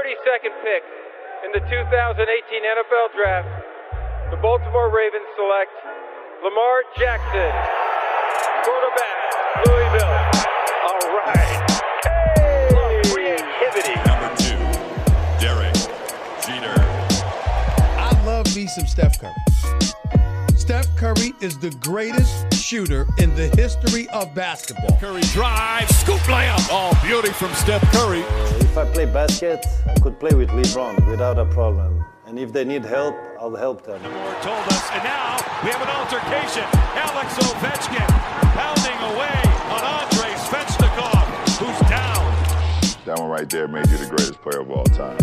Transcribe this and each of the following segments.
32nd pick in the 2018 NFL Draft, the Baltimore Ravens select Lamar Jackson, quarterback, Louisville. All right. Hey! Creativity. Number 2, Derek Jeter. I love me some Steph Curry. Steph Curry is the greatest shooter in the history of basketball. Curry drive, scoop layup. Oh, beauty from Steph Curry. If I play basket, I could play with LeBron without a problem. And if they need help, I'll help them. Moore told us, and now we have an altercation. Alex Ovechkin pounding away on Andrei Svechnikov, who's down. That one right there made you the greatest player of all time.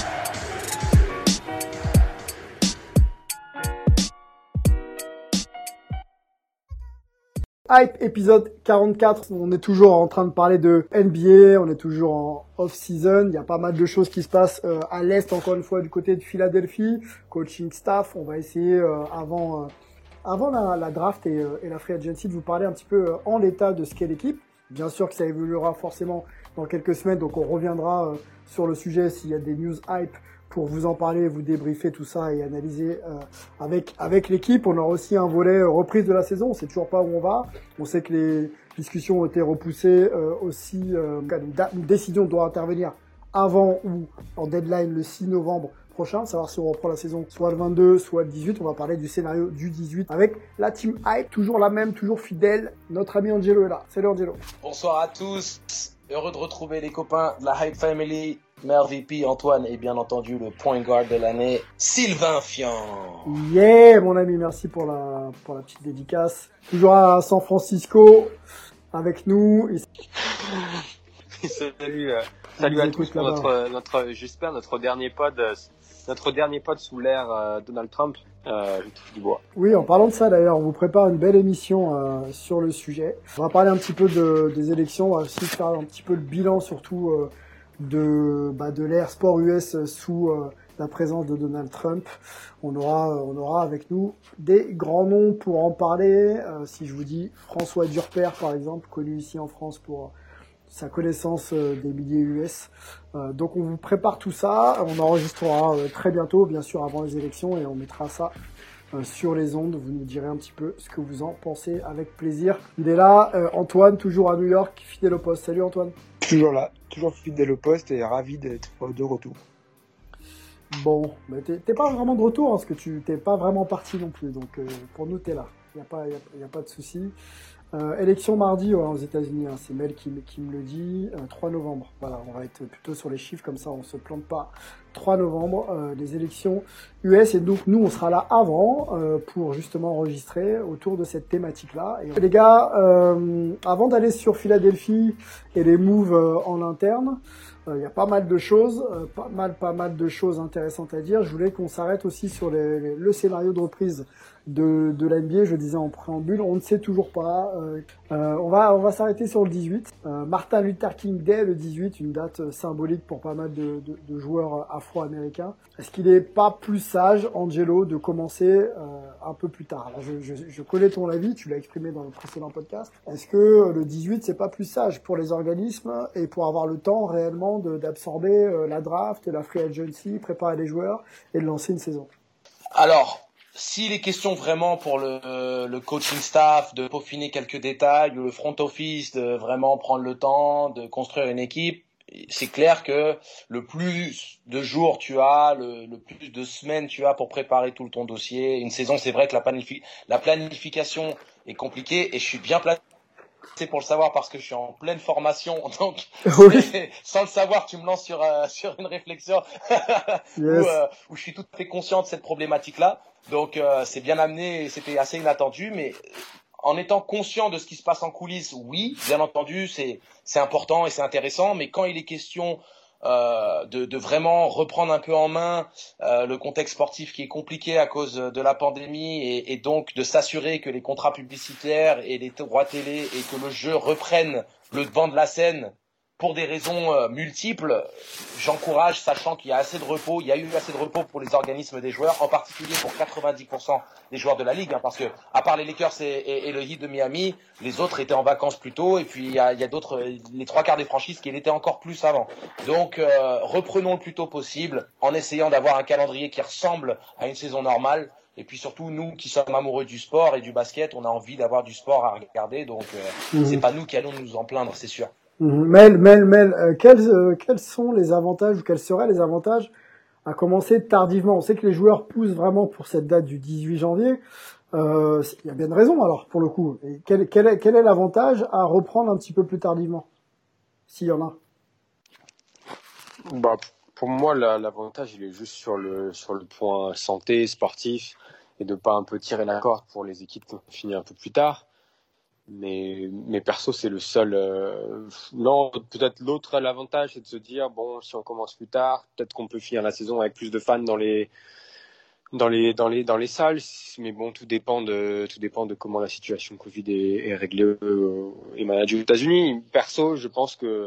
Hype épisode 44, on est toujours en train de parler de NBA, on est toujours en off-season, il y a pas mal de choses qui se passent à l'Est, encore une fois du côté de Philadelphie, coaching staff, on va essayer avant la draft et la free agency de vous parler un petit peu en l'état de ce qu'est l'équipe. Bien sûr que ça évoluera forcément dans quelques semaines, donc on reviendra sur le sujet s'il y a des news hype pour vous en parler, vous débriefer tout ça et analyser avec l'équipe. On aura aussi un volet reprise de la saison, on sait toujours pas où on va. On sait que les discussions ont été repoussées aussi. Une décision doit intervenir avant ou en deadline le 6 novembre prochain, savoir si on reprend la saison soit le 22, soit le 18. On va parler du scénario du 18 avec la team Hype, toujours la même, toujours fidèle. Notre ami Angelo est là. Salut Angelo. Bonsoir à tous. Heureux de retrouver les copains de la Hype Family. Maire VP Antoine et bien entendu le point guard de l'année, Sylvain Fian. Yeah, mon ami, merci pour la petite dédicace. Toujours à San Francisco avec nous. Salut à tous pour notre dernier pod sous l'ère Donald Trump. Je touche du bois. Oui, en parlant de ça d'ailleurs, on vous prépare une belle émission sur le sujet. On va parler un petit peu des élections, on va aussi faire un petit peu le bilan surtout de l'ère sport US sous la présence de Donald Trump. On aura avec nous des grands noms pour en parler. Si je vous dis François Durper par exemple, connu ici en France pour sa connaissance des milieux US. Donc on vous prépare tout ça, on enregistrera très bientôt, bien sûr avant les élections, et on mettra ça sur les ondes. Vous nous direz un petit peu ce que vous en pensez avec plaisir. Il est là, Antoine, toujours à New York, fidèle au poste. Salut Antoine. Toujours là, toujours fidèle au poste et ravi d'être de retour. Bon, mais t'es pas vraiment de retour, hein, parce que tu t'es pas vraiment parti non plus, donc pour nous t'es là, y a pas de souci. Élection mardi aux États-Unis, hein, c'est Mel qui me le dit, 3 novembre. Voilà, on va être plutôt sur les chiffres, comme ça on se plante pas. 3 novembre, les élections US, et donc nous on sera là avant pour justement enregistrer autour de cette thématique-là. Et les gars, avant d'aller sur Philadelphie et les moves en interne, il y a pas mal de choses, pas mal de choses intéressantes à dire. Je voulais qu'on s'arrête aussi sur le scénario de reprise de la NBA. Je disais en préambule, on ne sait toujours pas. On va s'arrêter sur le 18. Martin Luther King Day, le 18, une date symbolique pour pas mal de joueurs afro-américains. Est-ce qu'il n'est pas plus sage, Angelo, de commencer un peu plus tard? Alors, je connais ton avis, tu l'as exprimé dans le précédent podcast. Est-ce que le 18, c'est pas plus sage pour les organismes et pour avoir le temps réellement d'absorber la draft et la free agency, préparer les joueurs et de lancer une saison? Alors, s'il est question vraiment pour le coaching staff de peaufiner quelques détails ou le front office de vraiment prendre le temps de construire une équipe, c'est clair que le plus de jours tu as, le plus de semaines tu as pour préparer tout ton dossier. Une saison, c'est vrai que la planification est compliquée et je suis bien placé pour le savoir parce que je suis en pleine formation, donc sans le savoir, tu me lances sur une réflexion yes. où je suis tout à fait conscient de cette problématique-là. Donc c'est bien amené, et c'était assez inattendu, mais en étant conscient de ce qui se passe en coulisses, oui, bien entendu, c'est important et c'est intéressant, mais quand il est question de vraiment reprendre un peu en main le contexte sportif qui est compliqué à cause de la pandémie et donc de s'assurer que les contrats publicitaires et les droits télé et que le jeu reprenne le devant de la scène pour des raisons multiples, j'encourage, sachant qu'il y a assez de repos, il y a eu assez de repos pour les organismes des joueurs, en particulier pour 90% des joueurs de la ligue, parce que à part les Lakers et le Heat de Miami, les autres étaient en vacances plus tôt, et puis il y a d'autres, les 3/4 des franchises qui l'étaient encore plus avant. Donc reprenons le plus tôt possible, en essayant d'avoir un calendrier qui ressemble à une saison normale. Et puis surtout, nous qui sommes amoureux du sport et du basket, on a envie d'avoir du sport à regarder, donc c'est pas nous qui allons nous en plaindre, c'est sûr. Mel, quels sont les avantages ou quels seraient les avantages à commencer tardivement? On sait que les joueurs poussent vraiment pour cette date du 18 janvier. Il y a bien de raison alors pour le coup. Et quel est l'avantage à reprendre un petit peu plus tardivement, s'il y en a? Bah, pour moi, l'avantage, il est juste sur le point santé, sportif, et de pas un peu tirer la corde pour les équipes qui finissent un peu plus tard. Mais perso, c'est le seul. Non, peut-être l'autre l'avantage, c'est de se dire bon, si on commence plus tard, peut-être qu'on peut finir la saison avec plus de fans dans les salles. Mais bon, tout dépend de comment la situation Covid est réglée et managée aux États-Unis. Perso, je pense que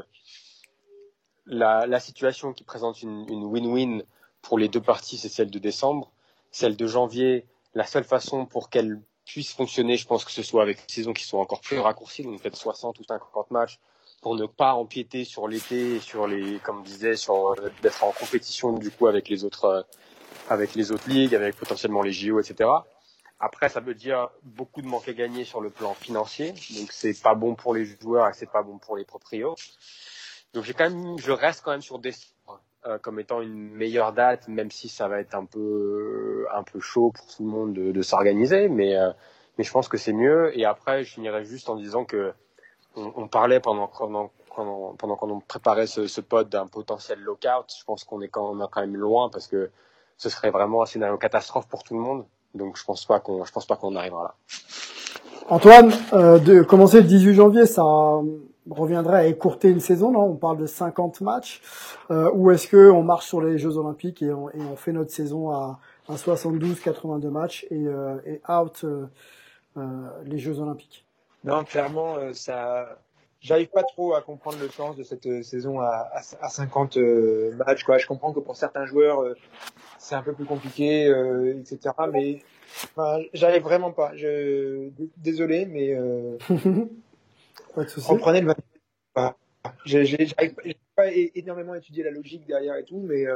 la situation qui présente une win-win pour les deux parties, c'est celle de décembre. Celle de janvier, la seule façon pour qu'elle puisse fonctionner, je pense que ce soit avec des saisons qui sont encore plus raccourcies, donc peut-être 60 ou 50 matchs, pour ne pas empiéter sur l'été, sur les, comme je disais, sur d'être en compétition du coup avec les autres ligues, avec potentiellement les JO, etc. Après, ça veut dire beaucoup de manque à gagner sur le plan financier, donc c'est pas bon pour les joueurs et c'est pas bon pour les proprios. Donc je reste quand même sur décembre comme étant une meilleure date, même si ça va être un peu chaud pour tout le monde de s'organiser, mais je pense que c'est mieux. Et après, je finirai juste en disant que on parlait pendant qu'on préparait ce pod d'un potentiel lockout. Je pense qu'on est quand même loin parce que ce serait vraiment un scénario catastrophe pour tout le monde. Donc je pense pas qu'on arrivera là. Antoine, de commencer le 18 janvier, ça reviendrait à écourter une saison, non? On parle de 50 matchs, ou est-ce que on marche sur les Jeux Olympiques et on fait notre saison à 72-82 matchs et out les Jeux Olympiques? Non, clairement, j'arrive pas trop à comprendre le sens de cette saison à 50 matchs, quoi. Je comprends que pour certains joueurs, c'est un peu plus compliqué, etc. Mais enfin, j'arrive vraiment pas. Désolé, mais pas de souci. Reprenez le 28. J'ai pas énormément étudié la logique derrière et tout, mais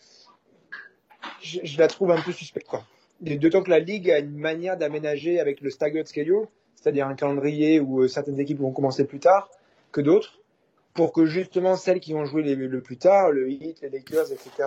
je la trouve un peu suspecte, quoi. D'autant que la ligue a une manière d'aménager avec le staggered schedule, c'est-à-dire un calendrier où certaines équipes vont commencer plus tard que d'autres, pour que justement celles qui vont jouer le plus tard, le Heat, les Lakers, etc.,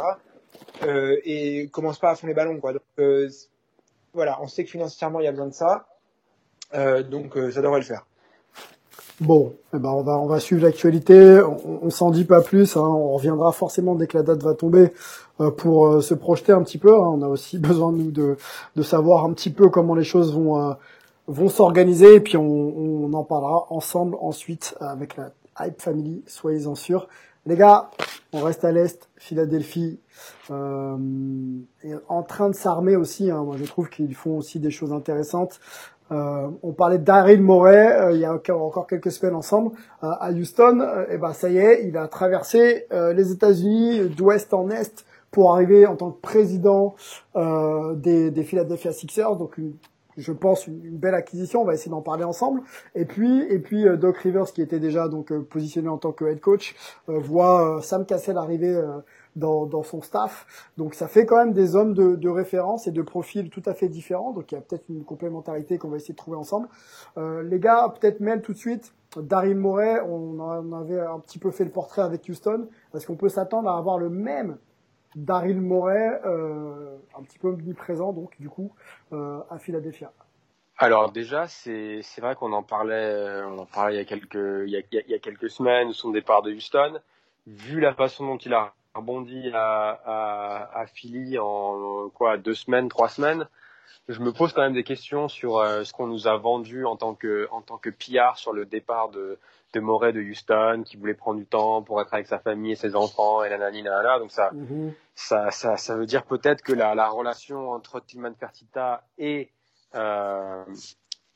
et commencent pas à fond les ballons, quoi. Donc voilà, on sait que financièrement il y a besoin de ça, donc ça devrait le faire. Bon, eh ben on va suivre l'actualité. On s'en dit pas plus. Hein. On reviendra forcément dès que la date va tomber pour se projeter un petit peu. Hein. On a aussi besoin nous de savoir un petit peu comment les choses vont s'organiser. Et puis on en parlera ensemble ensuite avec la Hype Family. Soyez-en sûrs. Les gars, on reste à l'est. Philadelphie est en train de s'armer aussi. Hein. Moi, je trouve qu'ils font aussi des choses intéressantes. On parlait de Daryl Morey il y a encore quelques semaines ensemble à Houston. Et ben ça y est, il a traversé les États-Unis d'ouest en est pour arriver en tant que président des Philadelphia Sixers. Donc je pense une belle acquisition. On va essayer d'en parler ensemble. Et puis Doc Rivers, qui était déjà donc positionné en tant que head coach, voit Sam Cassell arriver dans son staff. Donc ça fait quand même des hommes de référence et de profils tout à fait différents. Donc il y a peut-être une complémentarité qu'on va essayer de trouver ensemble. Les gars, peut-être même tout de suite, Daryl Morey, on en avait un petit peu fait le portrait avec Houston. Est-ce qu'on peut s'attendre à avoir le même Daryl Morey, un petit peu omniprésent donc du coup à Philadelphia? Alors déjà, c'est vrai qu'on en parlait il y a quelques semaines, son départ de Houston. Vu la façon dont il a rebondi à Philly en 2 semaines, 3 semaines, je me pose quand même des questions sur ce qu'on nous a vendu en tant que PR sur le départ de Morey de Houston, qui voulait prendre du temps pour être avec sa famille et ses enfants et nanani nanana. Donc ça veut dire peut-être que la relation entre Tillman Fertitta et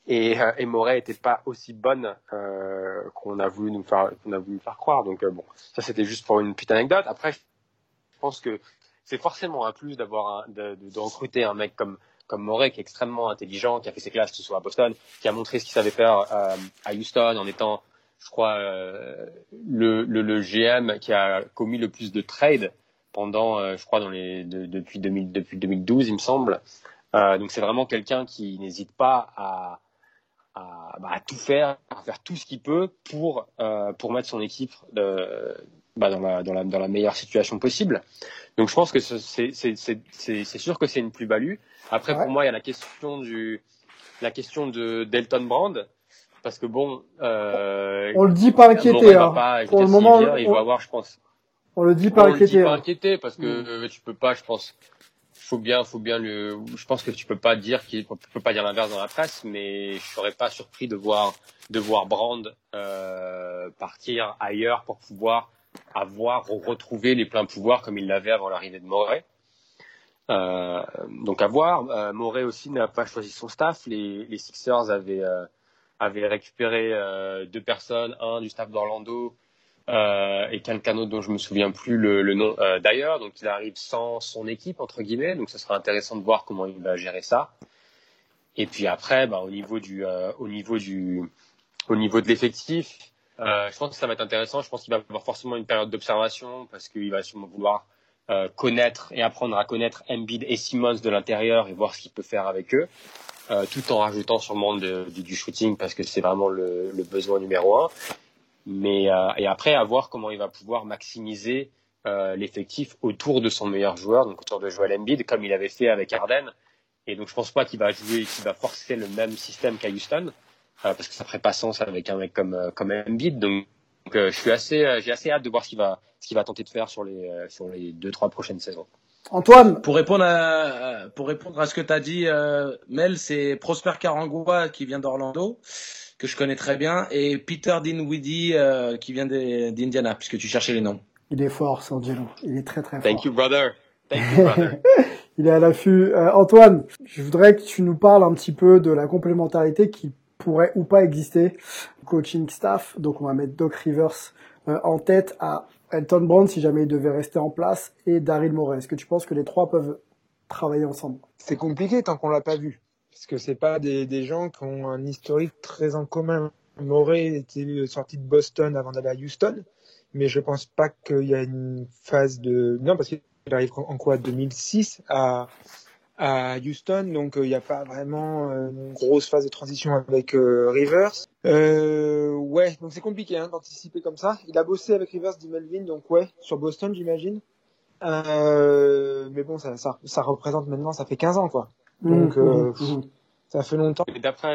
et Morey était pas aussi bonne qu'on a voulu nous faire croire. Donc bon, ça c'était juste pour une petite anecdote. Après, je pense que c'est forcément un plus d'avoir de recruter un mec comme Morey, qui est extrêmement intelligent, qui a fait ses classes, que ce soit à Boston, qui a montré ce qu'il savait faire à Houston en étant, je crois, le GM qui a commis le plus de trades pendant, je crois, depuis 2012, il me semble. Donc c'est vraiment quelqu'un qui n'hésite pas à tout faire, à faire tout ce qu'il peut pour mettre son équipe dans la meilleure situation possible. Donc je pense que c'est sûr que c'est une plus-value. Après, pour moi, il y a la question de Delton Brand, parce que bon, on le dit pas inquiété, pour le moment, il va avoir, je pense. On le dit pas inquiété. On le dit pas inquiété parce que tu peux pas, je pense. Je pense que tu peux pas dire l'inverse dans la presse, mais je serais pas surpris de voir Brand partir ailleurs pour pouvoir retrouver les pleins pouvoirs comme il l'avait avant l'arrivée de Morey. Donc à voir. Morey aussi n'a pas choisi son staff. Les Sixers avaient récupéré 2 personnes, un du staff d'Orlando et quelqu'un d'autre dont je me souviens plus le nom d'ailleurs. Donc il arrive sans son équipe entre guillemets. Donc ce sera intéressant de voir comment il va gérer ça. Et puis après, au niveau de l'effectif, je pense que ça va être intéressant. Je pense qu'il va avoir forcément une période d'observation parce qu'il va sûrement vouloir connaître et apprendre à connaître Embiid et Simmons de l'intérieur et voir ce qu'il peut faire avec eux, tout en rajoutant sûrement du shooting parce que c'est vraiment le besoin numéro 1. Mais et après à voir comment il va pouvoir maximiser l'effectif autour de son meilleur joueur, donc autour de Joel Embiid, comme il avait fait avec Harden. Et donc je pense pas qu'il va forcer le même système qu'à Houston, parce que ça ferait pas sens avec un mec comme Embiid. Donc j'ai assez hâte de voir ce qu'il va tenter de faire sur les 2-3 prochaines saisons. Antoine, pour répondre à ce que tu as dit, Mel, c'est Prosper Karangwa qui vient d'Orlando, que je connais très bien, et Peter Dinwiddie qui vient d'Indiana, puisque tu cherchais les noms. Il est fort, Sangelo. Il est très très fort. Thank you, brother. Il est à l'affût. Antoine, je voudrais que tu nous parles un petit peu de la complémentarité qui pourrait ou pas exister coaching staff. Donc on va mettre Doc Rivers en tête à Elton Brand si jamais il devait rester en place et Daryl Morey. Est-ce que tu penses que les trois peuvent travailler ensemble? C'est compliqué tant qu'on l'a pas vu. Parce que c'est pas des gens qui ont un historique très en commun. Morey était sorti de Boston avant d'aller à Houston. Mais je pense pas qu'il y a une phase de... Non, parce qu'il arrive en quoi 2006 à Houston, donc il n'y a pas vraiment une grosse phase de transition avec Rivers. Ouais, donc c'est compliqué d'anticiper comme ça. Il a bossé avec Rivers, dit Melvin, donc ouais, sur Boston j'imagine. Mais bon, ça représente maintenant, ça fait 15 ans quoi. Donc ça fait longtemps. Et d'après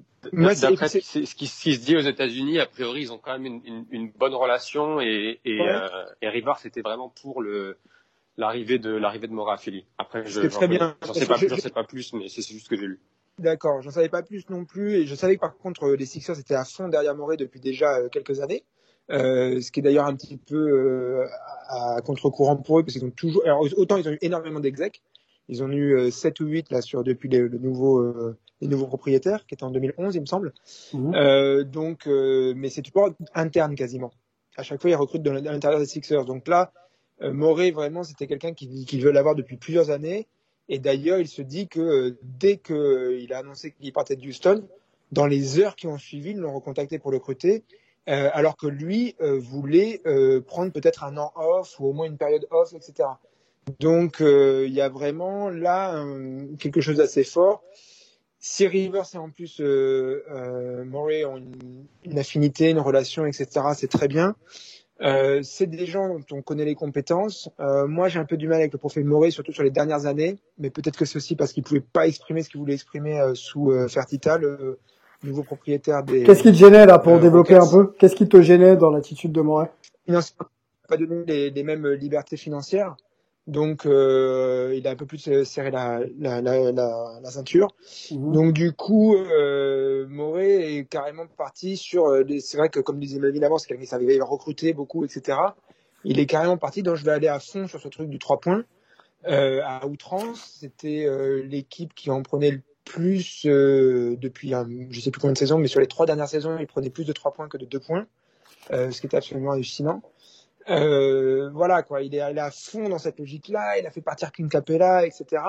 ce qui se dit aux États-Unis, a priori ils ont quand même une bonne relation et Rivers c'était vraiment pour l'arrivée de Morey à Philly. Après j'en sais pas plus, mais c'est juste ce que j'ai lu. D'accord, j'en savais pas plus non plus, et je savais que par contre les Sixers étaient à fond derrière Morey depuis déjà quelques années, ce qui est d'ailleurs un petit peu à contre-courant pour eux, parce qu'ils ont toujours, alors autant ils ont eu énormément d'execs, ils ont eu 7 ou 8 là depuis les nouveaux propriétaires qui étaient en 2011 il me semble. Donc mais c'est toujours interne quasiment. À chaque fois ils recrutent à l'intérieur des Sixers. Donc là Morey vraiment c'était quelqu'un qu'ils veulent avoir depuis plusieurs années, et d'ailleurs il se dit que dès qu'il a annoncé qu'il partait de Houston, dans les heures qui ont suivi ils l'ont recontacté pour le recruter, alors que lui voulait prendre peut-être un an off ou au moins une période off, etc. Donc il y a vraiment là quelque chose d'assez fort. Si Rivers et en plus Morey ont une affinité, une relation, etc., c'est très bien. C'est des gens dont on connaît les compétences. Moi, j'ai un peu du mal avec le profil Morey, surtout sur les dernières années, mais peut-être que c'est aussi parce qu'il pouvait pas exprimer ce qu'il voulait exprimer sous Fertitta, le nouveau propriétaire des... Qu'est-ce qui te gênait là pour développer un peu? Qu'est-ce qui te gênait dans l'attitude de Morey? Il n'a pas donné les mêmes libertés financières. Donc, il a un peu plus serré la ceinture. Donc, du coup, Morey est carrément parti sur... c'est vrai que, comme disait Melvin avant, c'est quelqu'un qui savait recruter beaucoup, etc. Il est carrément parti, donc je vais aller à fond sur ce truc du 3 points. À outrance, c'était l'équipe qui en prenait le plus depuis je sais plus combien de saisons, mais sur les 3 dernières saisons, il prenait plus de 3 points que de 2 points, ce qui était absolument hallucinant. Voilà quoi, il est à fond dans cette logique-là, il a fait partir Clint Capella, etc.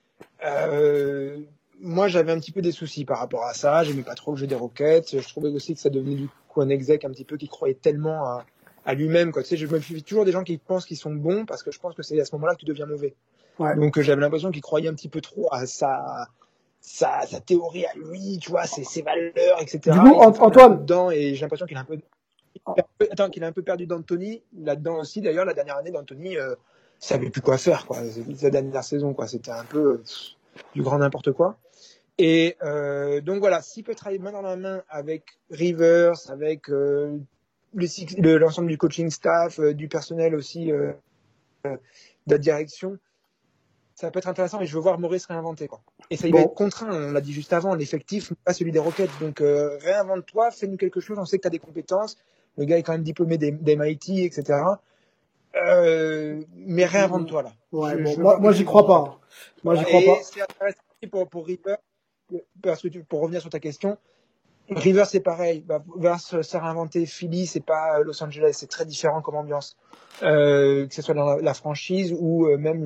Moi, j'avais un petit peu des soucis par rapport à ça. J'aimais pas trop le jeu des Rockets. Je trouvais aussi que ça devenait du coup un exec un petit peu qui croyait tellement à lui-même. Quoi. Tu sais, je me fie toujours des gens qui pensent qu'ils sont bons parce que je pense que c'est à ce moment-là que tu deviens mauvais. Ouais. Donc, j'avais l'impression qu'il croyait un petit peu trop à sa théorie à lui, tu vois, ses valeurs, etc. Du coup, Antoine. Dedans, et j'ai l'impression qu'il a un peu perdu d'Anthony là-dedans aussi. D'ailleurs, la dernière année d'Anthony, savait plus quoi faire, quoi. Sa dernière saison, quoi. C'était un peu du grand n'importe quoi. Et donc voilà, s'il peut travailler main dans la main avec Rivers, avec l'ensemble du coaching staff, du personnel aussi, de la direction, ça peut être intéressant. Et je veux voir Maurice réinventer, quoi. Et ça, il va être contraint. On l'a dit juste avant, l'effectif pas celui des Rockets. Donc réinvente-toi, fais-nous quelque chose. On sait que tu as des compétences. Le gars est quand même diplômé d'MIT, etc. Mais réinvente-toi là. Ouais, moi j'y crois pas. Moi j'y crois pas. C'est intéressant pour Rivers, parce que pour revenir sur ta question, Rivers c'est pareil, va se réinventer. Philly c'est pas Los Angeles, c'est très différent comme ambiance, que ce soit dans la franchise ou même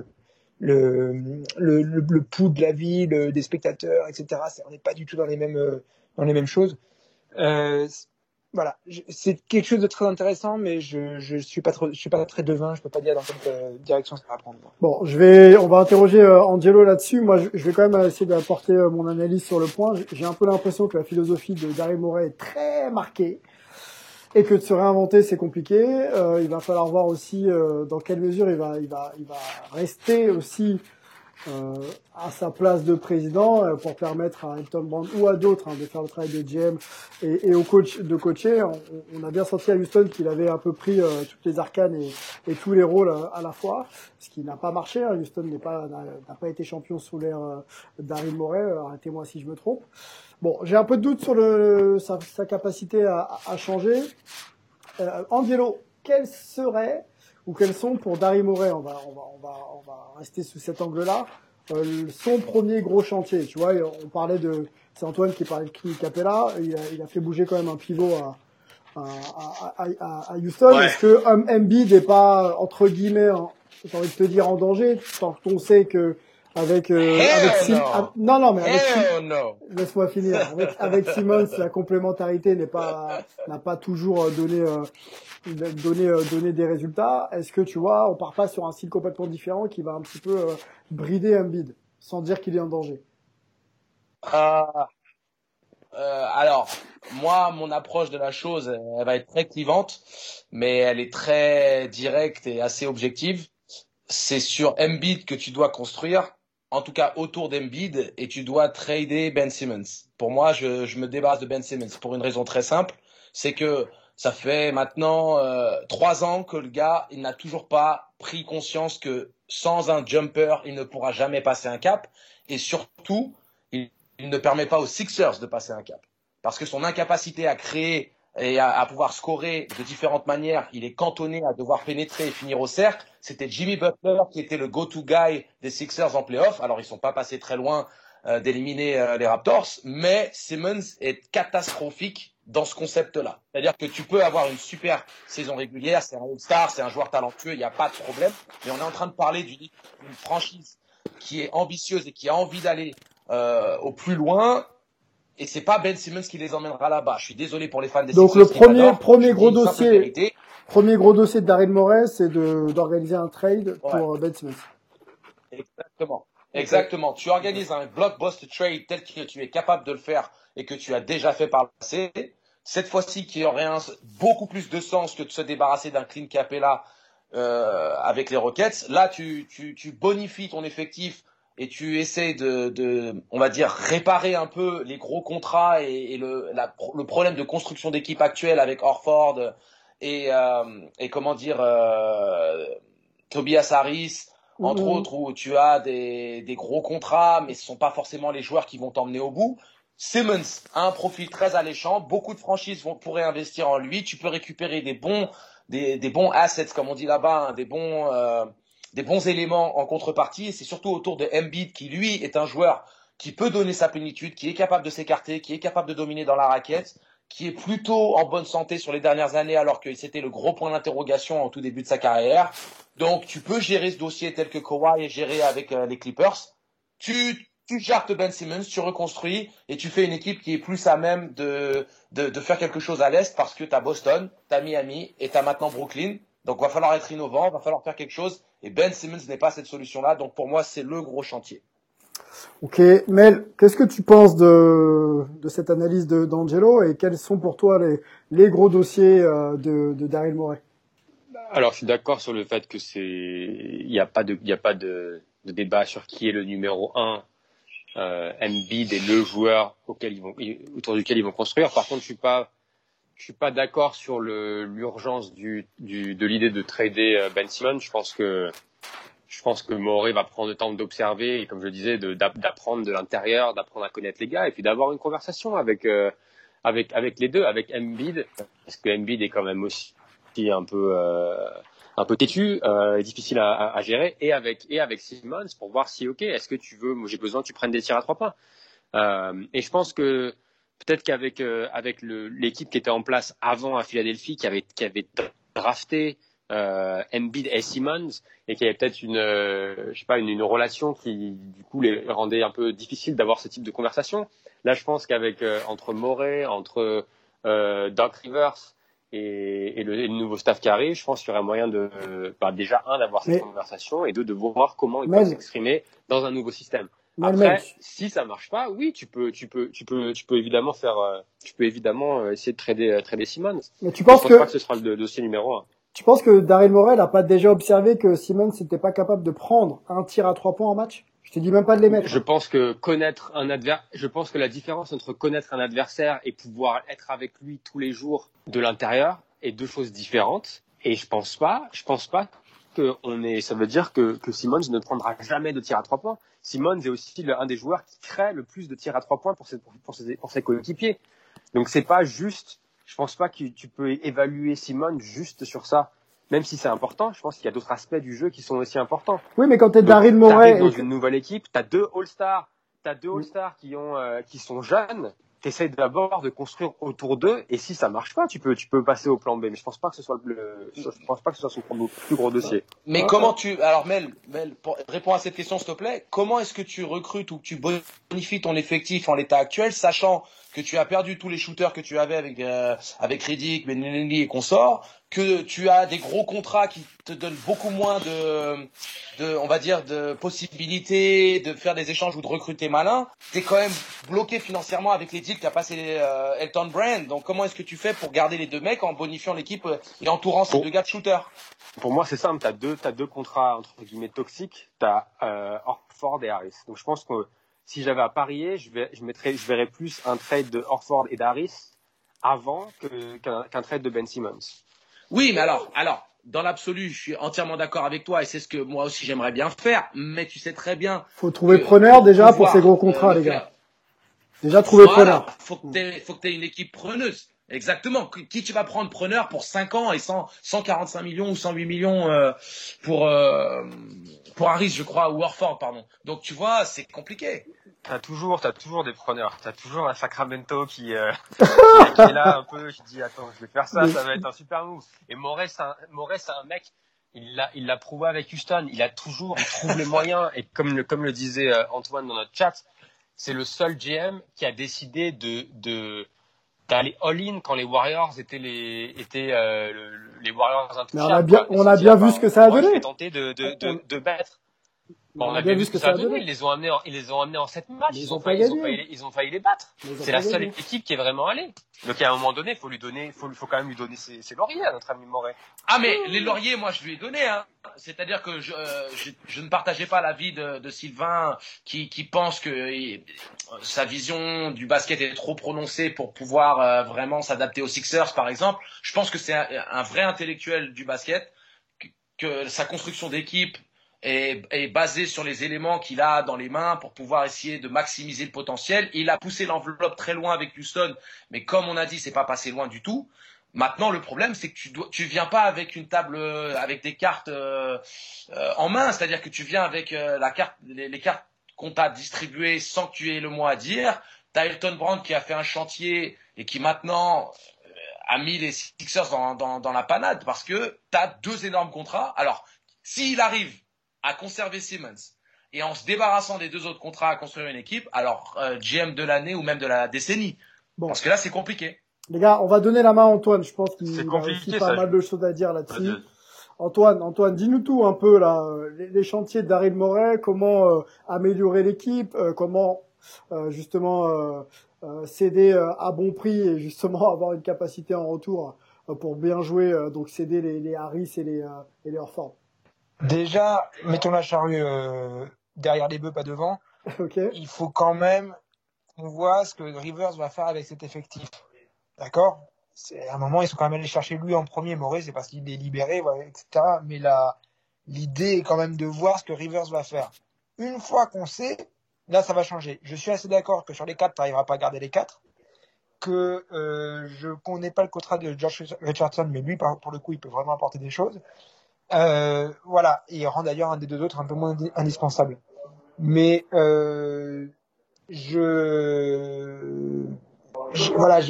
le pouls de la ville, des spectateurs, etc. On n'est pas du tout dans les mêmes choses. Voilà, c'est quelque chose de très intéressant, mais je suis pas très devin, je peux pas dire dans quelle direction ça va prendre. Bon, on va interroger Angelo là-dessus. Moi, je vais quand même essayer d'apporter mon analyse sur le point. J'ai un peu l'impression que la philosophie de Daryl Morey est très marquée et que de se réinventer c'est compliqué. Il va falloir voir aussi dans quelle mesure il va rester aussi à sa place de président pour permettre à Elton Brand ou à d'autres de faire le travail de GM et au coach de coacher. On a bien senti à Houston qu'il avait un peu pris toutes les arcanes et tous les rôles à la fois, ce qui n'a pas marché. Houston n'a pas été champion sous l'ère Daryl Morey. Arrêtez-moi si je me trompe. Bon, j'ai un peu de doute sur sa capacité à changer. Angelo, quels sont pour Daryl Morey, on va rester sous cet angle-là, son premier gros chantier. Tu vois, c'est Antoine qui parlait de Clint Capella, il a fait bouger quand même un pivot à Houston. Ouais. Est-ce que Embiid n'est pas, entre guillemets, j'ai envie de te dire en danger, tant qu'on sait que laisse-moi finir. Avec Simmons, la complémentarité n'a pas toujours donné des résultats. Est-ce que tu vois, on part pas sur un style complètement différent qui va un petit peu brider Embiid, sans dire qu'il est en danger? Alors, moi, mon approche de la chose, elle va être très clivante, mais elle est très directe et assez objective. C'est sur Embiid que tu dois construire, en tout cas autour d'Embiid, et tu dois trader Ben Simmons. Pour moi, je me débarrasse de Ben Simmons pour une raison très simple, c'est que ça fait maintenant 3 ans que le gars, il n'a toujours pas pris conscience que sans un jumper, il ne pourra jamais passer un cap, et surtout, il ne permet pas aux Sixers de passer un cap, parce que son incapacité à créer et à pouvoir scorer de différentes manières, il est cantonné à devoir pénétrer et finir au cercle. C'était Jimmy Butler qui était le go-to guy des Sixers en playoff. Alors, ils sont pas passés très loin d'éliminer les Raptors, mais Simmons est catastrophique dans ce concept-là. C'est-à-dire que tu peux avoir une super saison régulière, c'est un all-star, c'est un joueur talentueux, il n'y a pas de problème, mais on est en train de parler d'une franchise qui est ambitieuse et qui a envie d'aller au plus loin. Et c'est pas Ben Simmons qui les emmènera là-bas. Je suis désolé pour les fans des Sixers. Donc le premier gros dossier de Daryl Morey, c'est d'organiser un trade pour Ben Simmons. Exactement. Tu organises un blockbuster trade tel que tu es capable de le faire et que tu as déjà fait par le passé. Cette fois-ci, qui aurait beaucoup plus de sens que de se débarrasser d'un Clint Capella avec les Rockets. Là, tu bonifies ton effectif et tu essaies on va dire, réparer un peu les gros contrats et le problème de construction d'équipe actuelle avec Horford et comment dire, Tobias Harris, entre autres, où tu as des gros contrats, mais ce sont pas forcément les joueurs qui vont t'emmener au bout. Simmons a un profil très alléchant, beaucoup de franchises pourraient investir en lui, tu peux récupérer des bons assets, comme on dit là-bas, des bons éléments en contrepartie, et c'est surtout autour de Embiid qui, lui, est un joueur qui peut donner sa plénitude, qui est capable de s'écarter, qui est capable de dominer dans la raquette, qui est plutôt en bonne santé sur les dernières années alors que c'était le gros point d'interrogation en tout début de sa carrière. Donc tu peux gérer ce dossier tel que Kawhi est géré avec les Clippers. Tu jartes Ben Simmons, tu reconstruis et tu fais une équipe qui est plus à même de faire quelque chose à l'Est parce que tu as Boston, tu as Miami et tu as maintenant Brooklyn. Donc va falloir être innovant, va falloir faire quelque chose et Ben Simmons n'est pas cette solution-là. Donc pour moi, c'est le gros chantier. Ok, Mel, qu'est-ce que tu penses de cette analyse d'Angelo et quels sont pour toi les gros dossiers de Daryl Morey? Alors, je suis d'accord sur le fait que il n'y a pas de débat sur qui est le numéro 1. Embiid est le joueur autour duquel ils vont construire. Par contre, je suis pas d'accord sur l'urgence de l'idée de trader Ben Simmons. Je pense que Morey va prendre le temps d'observer et, comme je disais, d'apprendre de l'intérieur, d'apprendre à connaître les gars et puis d'avoir une conversation avec les deux, avec Embiid, parce que Embiid est quand même aussi un peu têtu, difficile à gérer, et avec Simmons pour voir si est-ce que tu veux, moi j'ai besoin que tu prennes des tirs à 3 points. Et je pense que peut-être qu'avec l'équipe qui était en place avant à Philadelphie, qui avait drafté Embiid et Simmons, et qui avait peut-être une relation qui du coup les rendait un peu difficile d'avoir ce type de conversation. Là, je pense qu'avec entre Morey, entre Doc Rivers et le nouveau staff qui arrive, je pense qu'il y aurait moyen déjà d'avoir cette conversation et de voir comment ils peuvent s'exprimer dans un nouveau système. Après, si ça marche pas, oui, tu peux évidemment essayer de trader Simmons. Mais tu penses je pense pas que ce sera le dossier numéro 1. Tu penses que Daryl Morey n'a pas déjà observé que Simmons n'était pas capable de prendre un tir à 3 points en match? Je te dis même pas de les mettre. Je pense que la différence entre connaître un adversaire et pouvoir être avec lui tous les jours de l'intérieur est deux choses différentes. Et je pense pas ça veut dire que Simmons ne prendra jamais de tir à 3 points. Simmons est aussi un des joueurs qui crée le plus de tirs à 3 points pour ses coéquipiers. Donc c'est pas juste, je pense pas que tu peux évaluer Simmons juste sur ça. Même si c'est important, je pense qu'il y a d'autres aspects du jeu qui sont aussi importants. Oui, mais quand t'es Daryl Morey dans une nouvelle équipe, t'as deux All-Stars qui sont jeunes. T'essayes d'abord de construire autour d'eux, et si ça marche pas, tu peux passer au plan B. Mais je pense pas que ce soit son plus gros dossier. Mais comment alors Mel, réponds à cette question s'il te plaît. Comment est-ce que tu recrutes ou que tu bonifies ton effectif en l'état actuel, sachant que tu as perdu tous les shooters que tu avais avec Redick, Beninelli et consorts, que tu as des gros contrats qui te donnent beaucoup moins on va dire, de possibilités de faire des échanges ou de recruter malin. T'es quand même bloqué financièrement avec les deals que t'as passé Elton Brand. Donc comment est-ce que tu fais pour garder les deux mecs en bonifiant l'équipe et entourant ces deux gars de shooters? Pour moi, c'est simple. T'as deux contrats entre guillemets toxiques. T'as Horford et Harris. Donc je pense que si j'avais à parier, je verrais plus un trade de Horford et d'Harris avant qu'un trade de Ben Simmons. Oui, mais alors, dans l'absolu, je suis entièrement d'accord avec toi et c'est ce que moi aussi j'aimerais bien faire, mais tu sais très bien. Faut trouver preneur déjà pour ces gros contrats, les gars. Déjà trouver preneur. Faut que t'aies une équipe preneuse. Exactement. Qui tu vas prendre preneur pour 5 ans et 145 millions ou 108 millions pour Harris, je crois, ou Horford, pardon. Donc tu vois, c'est compliqué. T'as toujours des preneurs. T'as toujours un Sacramento qui est là un peu, qui dit attends, je vais faire ça va être un super move. Et Morey, c'est un mec, il l'a prouvé avec Houston, il trouve les moyens, et comme le disait Antoine dans notre chat, c'est le seul GM qui a décidé d'aller all-in quand les Warriors étaient les Warriors intouchables. On a bien vu ce que ça a donné. Je vais tenter de battre. On a bien vu ce que ça a donné. Ils les ont amenés en 7 matchs. Ils ont failli les battre. C'est la seule équipe qui est vraiment allée. Donc à un moment donné, faut quand même lui donner ses lauriers à notre ami Morey. Ah mais les lauriers, moi je lui ai donné. C'est-à-dire que je ne partageais pas l'avis de Sylvain qui pense que sa vision du basket est trop prononcée pour pouvoir vraiment s'adapter aux Sixers par exemple. Je pense que c'est un vrai intellectuel du basket, que sa construction d'équipe est basé sur les éléments qu'il a dans les mains pour pouvoir essayer de maximiser le potentiel. Il a poussé l'enveloppe très loin avec Houston, mais comme on a dit, c'est pas passé loin du tout. Maintenant, le problème, c'est que tu viens pas avec une table, avec des cartes en main, c'est-à-dire que tu viens avec les cartes qu'on t'a distribué sans que tu aies le mot à dire. T'as Elton Brand qui a fait un chantier et qui maintenant a mis les Sixers dans la panade parce que t'as 2 énormes contrats. Alors, s'il arrive à conserver Simmons et en se débarrassant des 2 autres contrats à construire une équipe, alors GM de l'année ou même de la décennie. Bon. Parce que là, c'est compliqué. Les gars, on va donner la main à Antoine. Je pense qu'il a aussi pas mal de choses à dire là-dessus. Antoine, dis-nous tout un peu là. Les chantiers de Daryl Morey, comment améliorer l'équipe, comment justement céder à bon prix et justement avoir une capacité en retour pour bien jouer. Donc céder les Harris et les Horford. Déjà, mettons la charrue derrière les bœufs, pas devant. Okay. Il faut quand même qu'on voit ce que Rivers va faire avec cet effectif. D'accord ? À un moment, ils sont quand même allés chercher lui en premier. Morey, c'est parce qu'il est libéré, voilà, etc. Mais l'idée est quand même de voir ce que Rivers va faire. Une fois qu'on sait, là, ça va changer. Je suis assez d'accord que sur les 4, tu n'arriveras pas à garder les 4. Que je connais pas le contrat de Josh Richardson, mais lui, pour le coup, il peut vraiment apporter des choses. Voilà. Et il rend d'ailleurs un des 2 autres un peu moins indispensable. Mais voilà,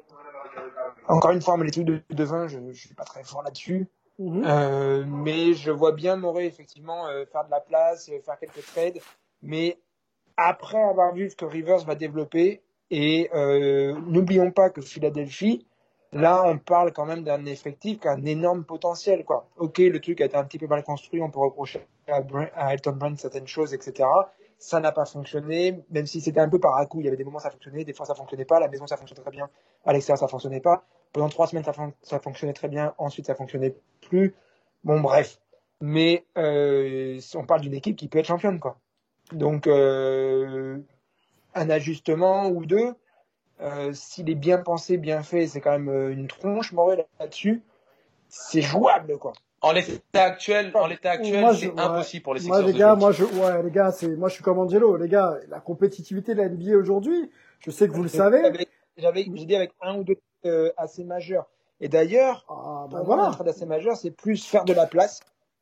encore une fois, mais les trucs de vin, je suis pas très fort là-dessus. Mais je vois bien Morey effectivement faire de la place, faire quelques trades. Mais après avoir vu ce que Rivers va développer, et n'oublions pas que Philadelphie, là, on parle quand même d'un effectif qui a un énorme potentiel, quoi. Ok, le truc a été un petit peu mal construit, on peut reprocher à Elton Brand certaines choses, etc. Ça n'a pas fonctionné, même si c'était un peu par à-coup. Il y avait des moments où ça fonctionnait, des fois ça fonctionnait pas. À la maison, ça fonctionnait très bien. À l'extérieur, ça fonctionnait pas. Pendant 3 semaines, ça fonctionnait très bien. Ensuite, ça fonctionnait plus. Bon, bref. Mais on parle d'une équipe qui peut être championne, quoi. Donc, un ajustement ou 2, s'il est bien pensé, bien fait, c'est quand même une tronche, Morey, là-dessus. C'est jouable, quoi. En l'état actuel, c'est impossible pour les Sixers. Moi, les gars, moi, je suis comme Angelo. Les gars, la compétitivité de la NBA aujourd'hui, je sais que vous le savez. J'ai dit avec 1 ou 2 assez majeurs. Et d'ailleurs, un trade assez majeur, c'est plus faire de la place.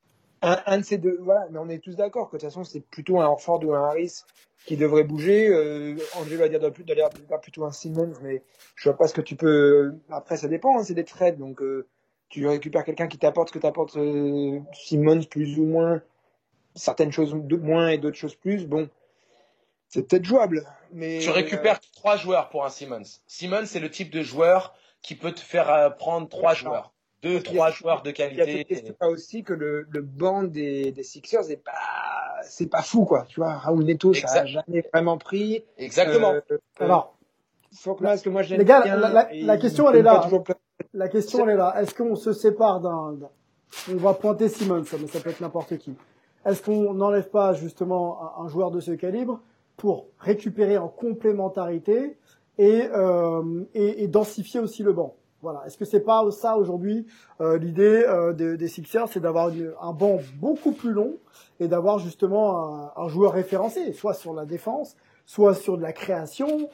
Un de ces 2, voilà. Mais on est tous d'accord que de toute façon, c'est plutôt un Horford ou un Harris qui devrait bouger. Angelo va dire d'aller plutôt un Simmons, mais je vois pas ce que tu peux. Après, ça dépend, hein, c'est des trades, donc. Tu récupères quelqu'un qui t'apporte ce que t'apporte Simmons plus ou moins, certaines choses moins et d'autres choses plus. Bon, c'est peut-être jouable. Mais tu récupères 3 joueurs pour un Simmons. Simmons, c'est le type de joueur qui peut te faire prendre 3 joueurs. 2-3 joueurs de qualité. Il y a pas aussi que le banc des Sixers c'est pas fou, quoi. Tu vois, Raoul Neto, ça a jamais vraiment pris. Exactement. Alors. Parce que moi, les gars, la question, elle est là. La question, elle est là. Est-ce qu'on se sépare on va pointer Simmons, mais ça peut être n'importe qui. Est-ce qu'on n'enlève pas, justement, un joueur de ce calibre pour récupérer en complémentarité et densifier aussi le banc? Voilà. Est-ce que c'est pas ça, aujourd'hui, l'idée, des Sixers, c'est d'avoir un banc beaucoup plus long et d'avoir, justement, un joueur référencé, soit sur la défense, soit sur de la création,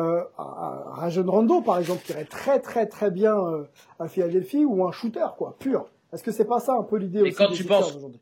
Rajon Rondo, par exemple, qui irait très très très bien à Philadelphie, ou un shooter, quoi, pur. Est-ce que c'est pas ça un peu l'idée aussi des Sixers aujourd'hui?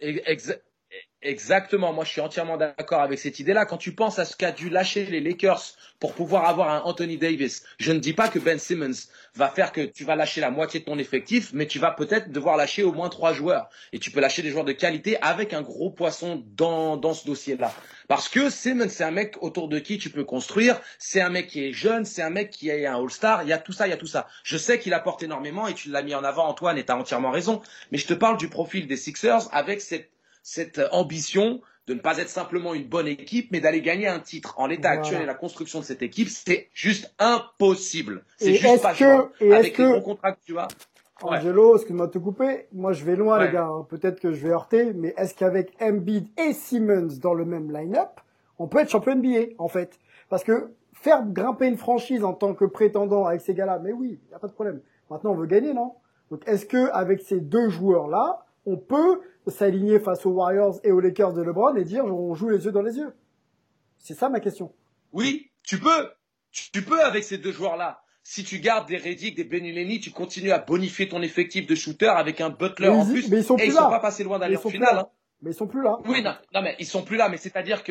Exactement, moi je suis entièrement d'accord avec cette idée-là. Quand tu penses à ce qu'a dû lâcher les Lakers pour pouvoir avoir un Anthony Davis, je ne dis pas que Ben Simmons va faire que tu vas lâcher la moitié de ton effectif, mais tu vas peut-être devoir lâcher au moins 3 joueurs. Et tu peux lâcher des joueurs de qualité avec un gros poisson dans ce dossier-là. Parce que Simmons, c'est un mec autour de qui tu peux construire, c'est un mec qui est jeune, c'est un mec qui est un All-Star, il y a tout ça. Je sais qu'il apporte énormément et tu l'as mis en avant, Antoine, et tu as entièrement raison. Mais je te parle du profil des Sixers avec cette ambition de ne pas être simplement une bonne équipe, mais d'aller gagner un titre. En l'état actuel et la construction de cette équipe, c'est juste impossible. C'est juste pas jouable. Avec les bons contrats que tu as. Angelo, excuse-moi de te couper. Moi, je vais loin, les gars. Hein. Peut-être que je vais heurter, mais est-ce qu'avec Embiid et Simmons dans le même line-up, on peut être champion NBA, en fait? Parce que faire grimper une franchise en tant que prétendant avec ces gars-là, mais oui, il n'y a pas de problème. Maintenant, on veut gagner, non? Donc, est-ce que avec ces 2 joueurs-là, on peut s'aligner face aux Warriors et aux Lakers de LeBron et dire on joue les yeux dans les yeux? C'est ça ma question. Oui, tu peux. Tu peux avec ces 2 joueurs-là. Si tu gardes des Redick, des Benyamini, tu continues à bonifier ton effectif de shooter avec un Butler en plus. Mais ils sont plus là. Ils sont pas passés loin d'aller en finale. Mais ils sont plus là. Oui, non, mais ils sont plus là. Mais c'est-à-dire que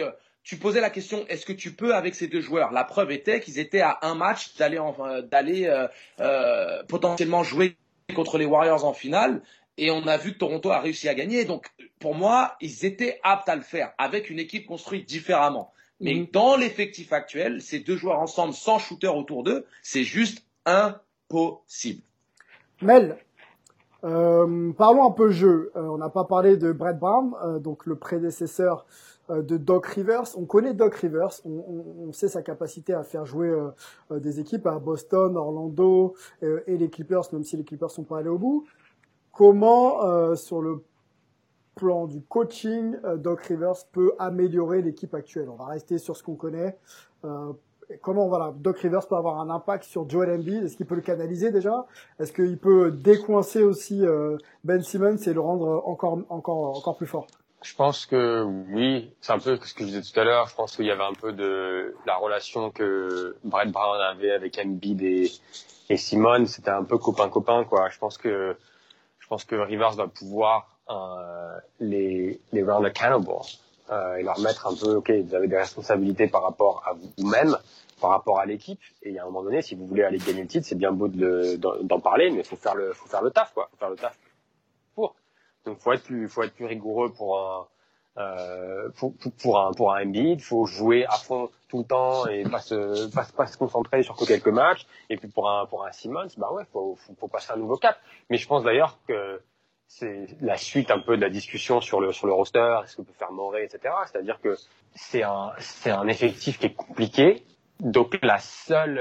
tu posais la question, est-ce que tu peux avec ces deux joueurs? La preuve était qu'ils étaient à un match d'aller potentiellement jouer contre les Warriors en finale. Et on a vu que Toronto a réussi à gagner. Donc, pour moi, ils étaient aptes à le faire avec une équipe construite différemment. Mais dans l'effectif actuel, ces deux joueurs ensemble, sans shooter autour d'eux, c'est juste impossible. Mel, parlons un peu jeu. On n'a pas parlé de Brett Brown, donc le prédécesseur de Doc Rivers. On connaît Doc Rivers, on sait sa capacité à faire jouer des équipes à Boston, Orlando et les Clippers, même si les Clippers sont pas allés au bout. Comment, sur le plan du coaching, Doc Rivers peut améliorer l'équipe actuelle? On va rester sur ce qu'on connaît. Comment Doc Rivers peut avoir un impact sur Joel Embiid? Est-ce qu'il peut le canaliser déjà? Est-ce qu'il peut décoincer aussi Ben Simmons et le rendre encore plus fort? Je pense que oui, c'est un peu ce que je disais tout à l'heure. Je pense qu'il y avait un peu de la relation que Brett Brown avait avec Embiid et Simmons. C'était un peu copain-copain, quoi. Je pense que Rivers va pouvoir les rendre accountable et leur mettre un peu, ok, vous avez des responsabilités par rapport à vous-même, par rapport à l'équipe. Et à un moment donné, si vous voulez aller gagner le titre, c'est bien beau d'en parler, mais faut faire le taf, quoi. Faut faire le taf pour. Donc faut être plus rigoureux pour un Embiid. Faut jouer à fond tout le temps et pas se concentrer sur que quelques matchs. Et puis pour un Simmons, bah ouais, faut passer un nouveau cap. Mais je pense d'ailleurs que c'est la suite un peu de la discussion sur le roster, est-ce que peut faire Morey, etc. C'est-à-dire que c'est un effectif qui est compliqué. Donc la seule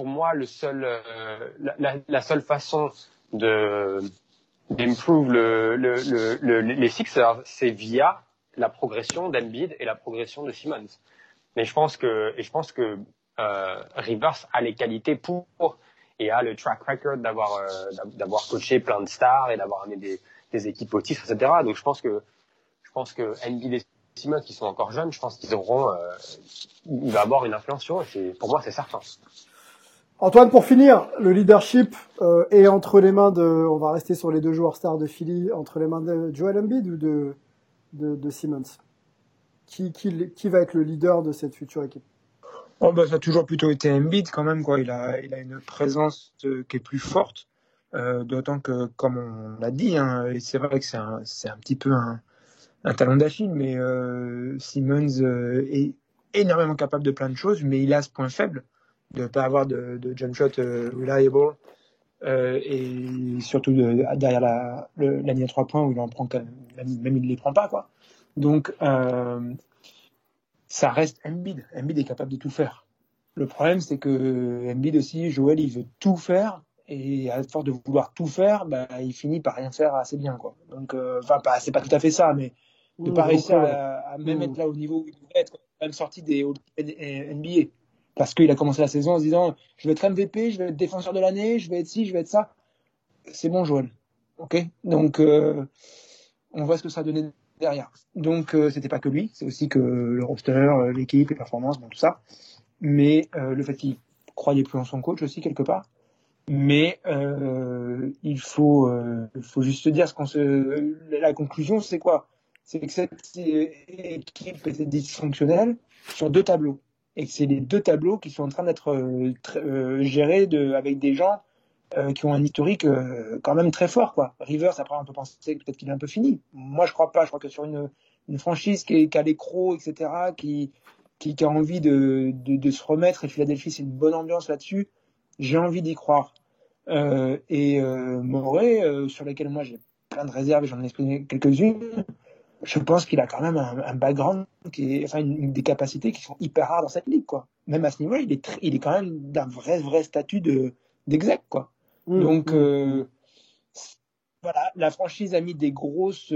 façon d'improve les Sixers, c'est via la progression d'Embiid et la progression de Simmons. Mais je pense que Rivers a les qualités pour et a le track record d'avoir coaché plein de stars et d'avoir amené des équipes au titre, etc. Donc je pense que Embiid et Simmons qui sont encore jeunes, je pense qu'il va avoir une influence sur eux. Pour moi, c'est certain. Antoine, pour finir, le leadership est entre les mains on va rester sur les deux joueurs stars de Philly, entre les mains de Joel Embiid ou de Simmons? Qui va être le leader de cette future équipe? Ça a toujours plutôt été Embiid quand même, quoi. Il a une présence qui est plus forte, d'autant que, comme on l'a dit, hein, et c'est vrai que c'est un petit peu un talon d'Achille, mais Simmons est énormément capable de plein de choses, mais il a ce point faible de ne pas avoir de jump shot reliable, et surtout derrière la ligne à 3 points où il en prend même il ne les prend pas, quoi. Donc ça reste Embiid. Embiid est capable de tout faire. Le problème, c'est que Embiid aussi, Joel, il veut tout faire, et à force de vouloir tout faire, il finit par rien faire assez bien, quoi. Donc c'est pas tout à fait ça, mais de pas réussir à même être là au niveau où il devrait être, même sorti des NBA. Parce qu'il a commencé la saison en se disant je vais être MVP, je vais être défenseur de l'année, je vais être ci, je vais être ça. C'est bon, Joël. Ok. Donc on voit ce que ça a donné derrière. Donc c'était pas que lui, c'est aussi que le roster, l'équipe, les performances, tout ça. Mais le fait qu'il croyait plus en son coach aussi quelque part. Mais il faut juste se dire la conclusion, c'est quoi? C'est que cette équipe était dysfonctionnelle sur deux tableaux. Et que c'est les deux tableaux qui sont en train d'être gérés avec des gens qui ont un historique quand même très fort, quoi. Rivers, après, on peut penser que peut-être qu'il est un peu fini. Moi, je crois pas. Je crois que sur une franchise qui a les crocs, etc., qui a envie de se remettre, et Philadelphie, c'est une bonne ambiance là-dessus, j'ai envie d'y croire. Morey, sur lesquels moi j'ai plein de réserves et j'en ai exprimé quelques-unes, je pense qu'il a quand même un background des capacités qui sont hyper rares dans cette ligue, quoi. Même à ce niveau-là, il est quand même d'un vrai statut d'exec, quoi. Donc voilà, la franchise a mis des grosses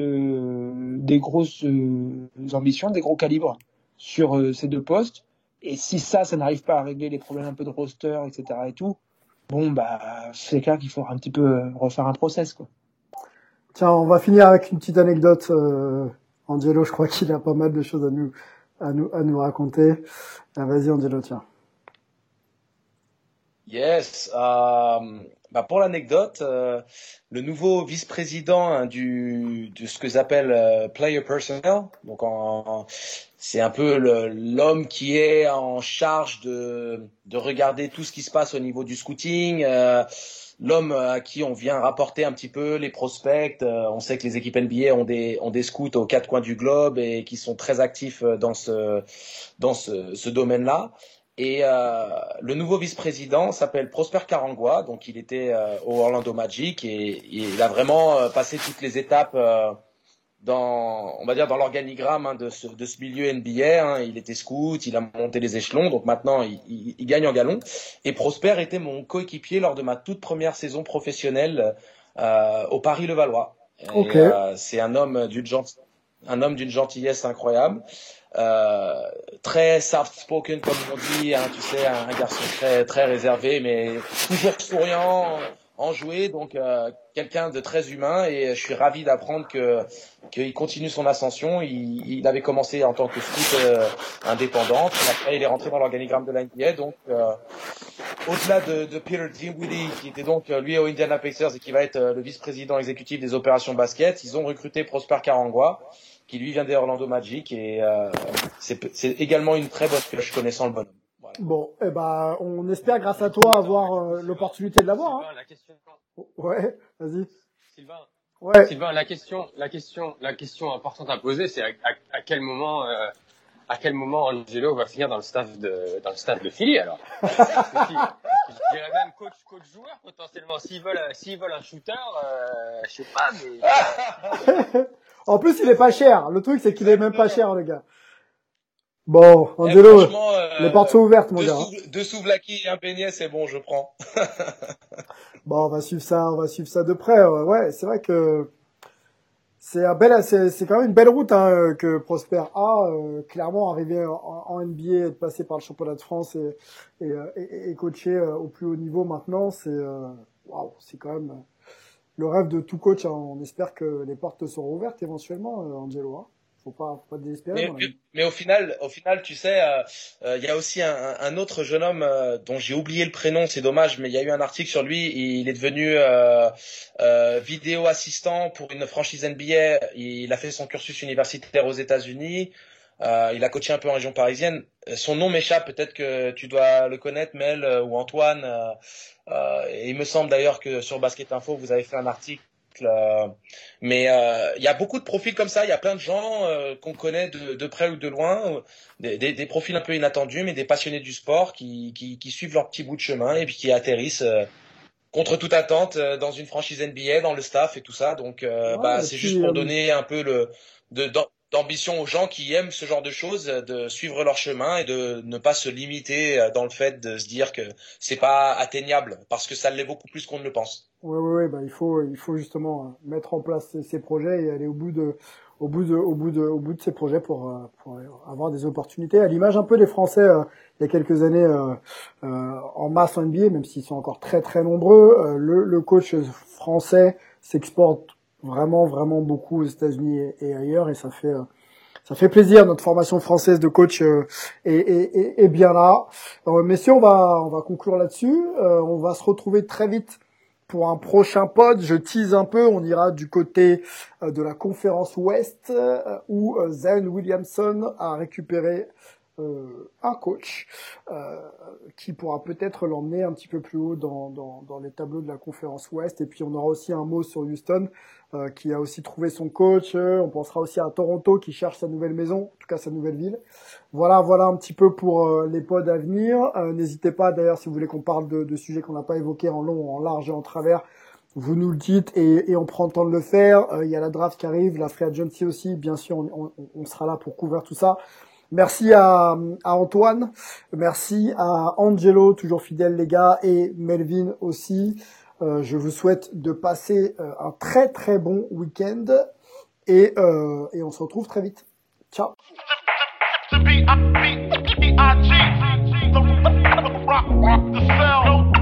ambitions, des gros calibres sur ces deux postes. Et si ça n'arrive pas à régler les problèmes un peu de roster, etc. et tout, c'est clair qu'il faudra un petit peu refaire un process, quoi. Tiens, on va finir avec une petite anecdote. Angelo, je crois qu'il a pas mal de choses à nous raconter. Vas-y, Angelo, tiens. Yes. Pour l'anecdote, le nouveau vice-président de ce que j'appelle player personnel, donc c'est un peu l'homme qui est en charge de regarder tout ce qui se passe au niveau du scouting, l'homme à qui on vient rapporter un petit peu les prospects. On sait que les équipes NBA ont des scouts aux quatre coins du globe et qui sont très actifs dans ce domaine-là. Et le nouveau vice-président s'appelle Prosper Karangwa, donc il était au Orlando Magic et il a vraiment passé toutes les étapes dans l'organigramme de ce milieu NBA. Il était scout, il a monté les échelons, donc maintenant il gagne en galon. Et Prosper était mon coéquipier lors de ma toute première saison professionnelle au Paris-Levallois. Okay. C'est un homme d'une gentillesse incroyable. Très soft-spoken comme on dit, tu sais, un garçon très très réservé mais toujours souriant, enjoué, donc quelqu'un de très humain, et je suis ravi d'apprendre qu'il continue son ascension. Il avait commencé en tant que scout indépendant, après il est rentré dans l'organigramme de la NBA, donc au-delà de Peter Dinwiddie qui était donc lui au Indiana Pacers et qui va être le vice-président exécutif des opérations basket, ils ont recruté Prosper Karangwa qui lui vient des Orlando Magic, et c'est également une très bonne pioche connaissant le bonhomme. Voilà. Bon, on espère grâce à toi avoir l'opportunité de l'avoir. Sylvain, la question. Ouais, vas-y. Sylvain. Ouais. Sylvain, la question importante à poser, c'est à quel moment Angelo va finir dans le staff de Philly alors. Je dirais même coach joueur potentiellement. S'ils veulent un shooter, je sais pas, mais. En plus, il est pas cher. Le truc, c'est qu'il est même pas cher, le gars. Bon, Angelo, les portes sont ouvertes, mon gars. Deux souvlaki et un beignet, c'est bon, je prends. Bon, on va suivre ça de près. Ouais, c'est vrai que c'est quand même une belle route que Prosper a. Clairement, arriver en NBA, être passé par le championnat de France et coacher au plus haut niveau maintenant, c'est c'est quand même le rêve de tout coach. On espère que les portes seront ouvertes éventuellement, Angelo. Faut pas désespérer. Mais au final, tu sais, il y a aussi un autre jeune homme dont j'ai oublié le prénom, c'est dommage, mais il y a eu un article sur lui. Il est devenu vidéo assistant pour une franchise NBA. Il a fait son cursus universitaire aux États-Unis. Il a coaché un peu en région parisienne. Son nom m'échappe, peut-être que tu dois le connaître, Mel ou Antoine. Et il me semble d'ailleurs que sur Basket Info, vous avez fait un article. Mais il y a beaucoup de profils comme ça. Il y a plein de gens qu'on connaît de près ou de loin, des profils un peu inattendus, mais des passionnés du sport qui suivent leur petit bout de chemin et puis qui atterrissent contre toute attente dans une franchise NBA, dans le staff et tout ça. Donc c'est juste pour donner un peu d'ambition aux gens qui aiment ce genre de choses, de suivre leur chemin et de ne pas se limiter dans le fait de se dire que c'est pas atteignable, parce que ça l'est beaucoup plus qu'on ne le pense. Oui, il faut justement mettre en place ces projets et aller au bout de ces projets pour avoir des opportunités. À l'image un peu des Français il y a quelques années en masse en NBA, même s'ils sont encore très très nombreux. Le coach français s'exporte vraiment beaucoup aux États-Unis et ailleurs, et ça fait plaisir. Notre formation française de coach est bien là. Messieurs, on va conclure là-dessus. On va se retrouver très vite pour un prochain pod. Je tease un peu, on ira du côté de la conférence Ouest où Zion Williamson a récupéré un coach qui pourra peut-être l'emmener un petit peu plus haut dans les tableaux de la conférence Ouest. Et puis on aura aussi un mot sur Houston qui a aussi trouvé son coach. On pensera aussi à Toronto qui cherche sa nouvelle maison, en tout cas sa nouvelle ville. Voilà un petit peu pour les pods à venir. N'hésitez pas d'ailleurs, si vous voulez qu'on parle de sujets qu'on n'a pas évoqués en long, en large et en travers, vous nous le dites et on prend le temps de le faire. Il y a la draft qui arrive, la free agency aussi, bien sûr on sera là pour couvrir tout ça. Merci à Antoine, merci à Angelo, toujours fidèle les gars, et Melvin aussi. Je vous souhaite de passer un très très bon week-end et on se retrouve très vite. Ciao. The